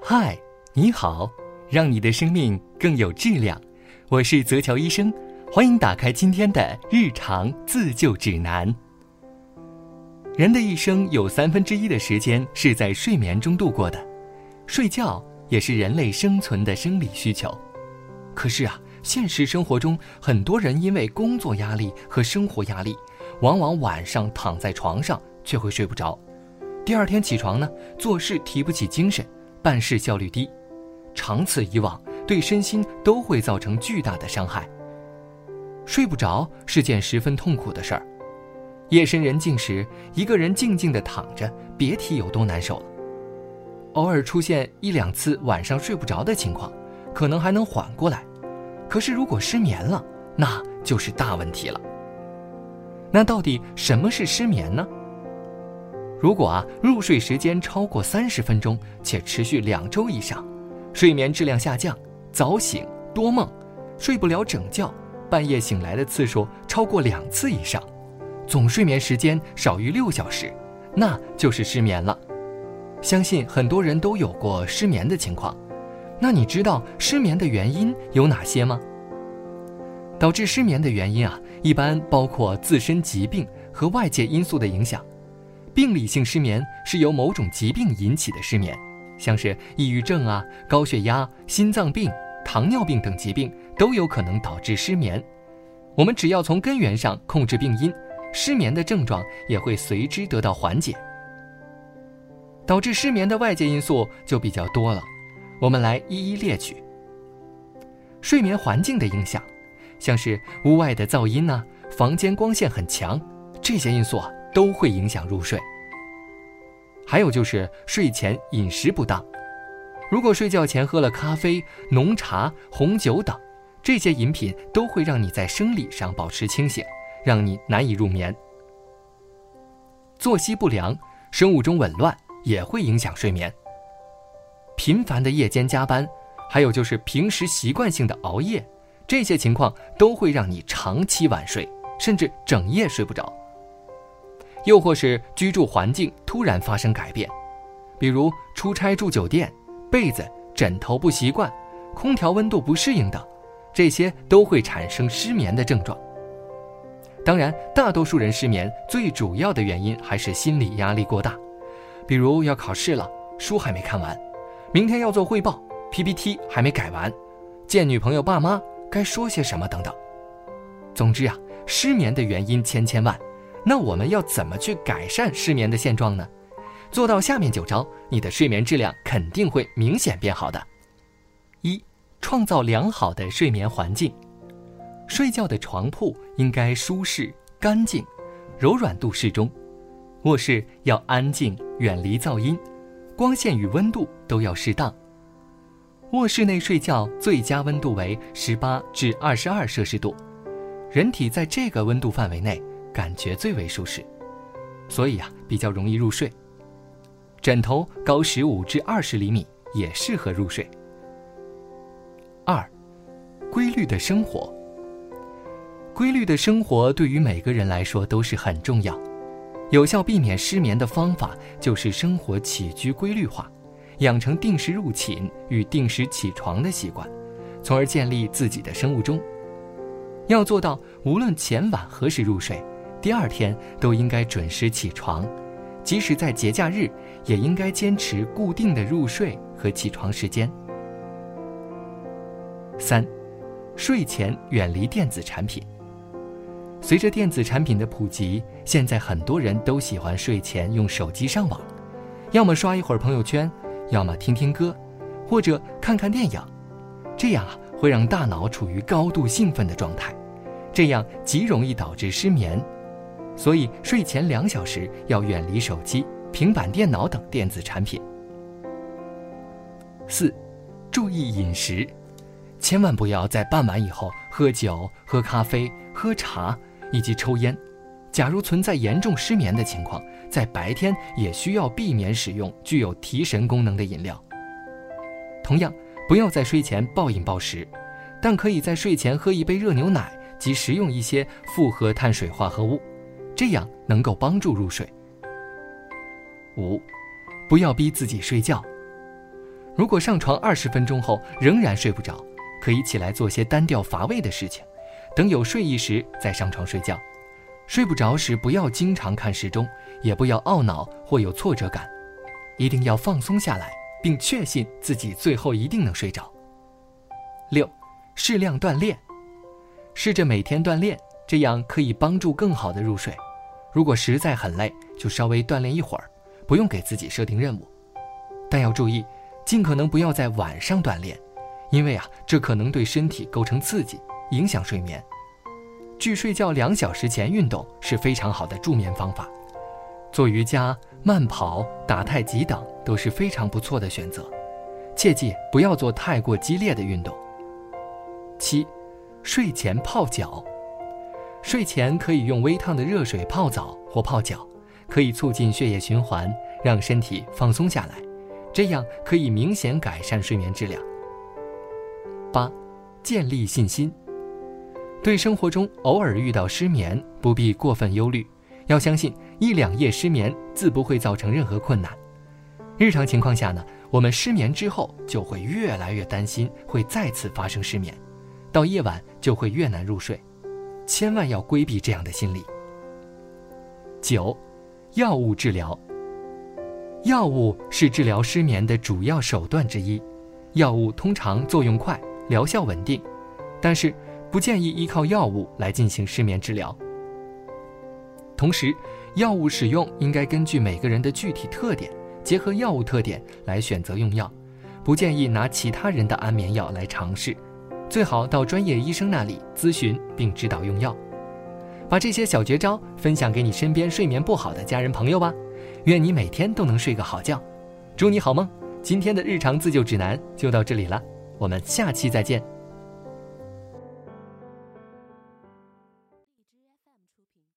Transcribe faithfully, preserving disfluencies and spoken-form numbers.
嗨，你好，让你的生命更有质量。我是泽乔医生，欢迎打开今天的日常自救指南。人的一生有三分之一的时间是在睡眠中度过的，睡觉也是人类生存的生理需求。可是啊，现实生活中很多人因为工作压力和生活压力，往往晚上躺在床上却会睡不着。第二天起床呢，做事提不起精神，办事效率低，长此以往，对身心都会造成巨大的伤害。睡不着是件十分痛苦的事儿。夜深人静时，一个人静静地躺着，别提有多难受了。偶尔出现一两次晚上睡不着的情况，可能还能缓过来。可是如果失眠了，那就是大问题了。那到底什么是失眠呢？如果啊入睡时间超过三十分钟，且持续两周以上，睡眠质量下降，早醒多梦，睡不了整觉，半夜醒来的次数超过两次以上，总睡眠时间少于六小时，那就是失眠了。相信很多人都有过失眠的情况，那你知道失眠的原因有哪些吗？导致失眠的原因啊，一般包括自身疾病和外界因素的影响。病理性失眠是由某种疾病引起的失眠，像是抑郁症啊、高血压、心脏病、糖尿病等疾病都有可能导致失眠。我们只要从根源上控制病因，失眠的症状也会随之得到缓解。导致失眠的外界因素就比较多了，我们来一一列举。睡眠环境的影响，像是屋外的噪音啊、房间光线很强，这些因素啊都会影响入睡。还有就是睡前饮食不当，如果睡觉前喝了咖啡、浓茶、红酒等，这些饮品都会让你在生理上保持清醒，让你难以入眠。作息不良、生物钟紊乱也会影响睡眠。频繁的夜间加班，还有就是平时习惯性的熬夜，这些情况都会让你长期晚睡，甚至整夜睡不着。又或是居住环境突然发生改变，比如出差住酒店，被子、枕头不习惯，空调温度不适应等，这些都会产生失眠的症状。当然，大多数人失眠最主要的原因还是心理压力过大，比如要考试了，书还没看完，明天要做汇报， P P T 还没改完，见女朋友爸妈该说些什么等等。总之啊，失眠的原因千千万，那我们要怎么去改善失眠的现状呢？做到下面九招，你的睡眠质量肯定会明显变好的。一、创造良好的睡眠环境。睡觉的床铺应该舒适、干净，柔软度适中。卧室要安静，远离噪音，光线与温度都要适当。卧室内睡觉最佳温度为十八至二十二摄氏度，人体在这个温度范围内感觉最为舒适，所以啊比较容易入睡。枕头高十五至二十厘米也适合入睡。二、规律的生活。规律的生活对于每个人来说都是很重要。有效避免失眠的方法就是生活起居规律化，养成定时入寝与定时起床的习惯，从而建立自己的生物钟。要做到无论前晚何时入睡，第二天都应该准时起床，即使在节假日也应该坚持固定的入睡和起床时间。三、睡前远离电子产品。随着电子产品的普及，现在很多人都喜欢睡前用手机上网，要么刷一会儿朋友圈，要么听听歌，或者看看电影。这样啊，会让大脑处于高度兴奋的状态，这样极容易导致失眠。所以睡前两小时要远离手机、平板电脑等电子产品。四、注意饮食，千万不要在傍晚以后喝酒、喝咖啡、喝茶以及抽烟。假如存在严重失眠的情况，在白天也需要避免使用具有提神功能的饮料。同样，不要在睡前暴饮暴食，但可以在睡前喝一杯热牛奶及食用一些复合碳水化合物，这样能够帮助入睡。五、不要逼自己睡觉。 如果上床二十分钟后仍然睡不着，可以起来做些单调乏味的事情，等有睡意时再上床睡觉。睡不着时不要经常看时钟，也不要懊恼或有挫折感，一定要放松下来，并确信自己最后一定能睡着。六，适量锻炼。试着每天锻炼，这样可以帮助更好的入睡。如果实在很累，就稍微锻炼一会儿，不用给自己设定任务。但要注意，尽可能不要在晚上锻炼，因为啊，这可能对身体构成刺激，影响睡眠。距睡觉两小时前运动是非常好的助眠方法，做瑜伽、慢跑、打太极等都是非常不错的选择。切记不要做太过激烈的运动。七，睡前泡脚。睡前可以用微烫的热水泡澡或泡脚，可以促进血液循环，让身体放松下来，这样可以明显改善睡眠质量。八，建立信心。对生活中偶尔遇到失眠，不必过分忧虑，要相信一两夜失眠自不会造成任何困难。日常情况下呢，我们失眠之后就会越来越担心会再次发生失眠，到夜晚就会越难入睡，千万要规避这样的心理。九，药物治疗。药物是治疗失眠的主要手段之一，药物通常作用快，疗效稳定，但是不建议依靠药物来进行失眠治疗。同时，药物使用应该根据每个人的具体特点，结合药物特点来选择用药，不建议拿其他人的安眠药来尝试，最好到专业医生那里咨询并指导用药。把这些小绝招分享给你身边睡眠不好的家人朋友吧，愿你每天都能睡个好觉，祝你好梦。今天的日常自救指南就到这里了，我们下期再见。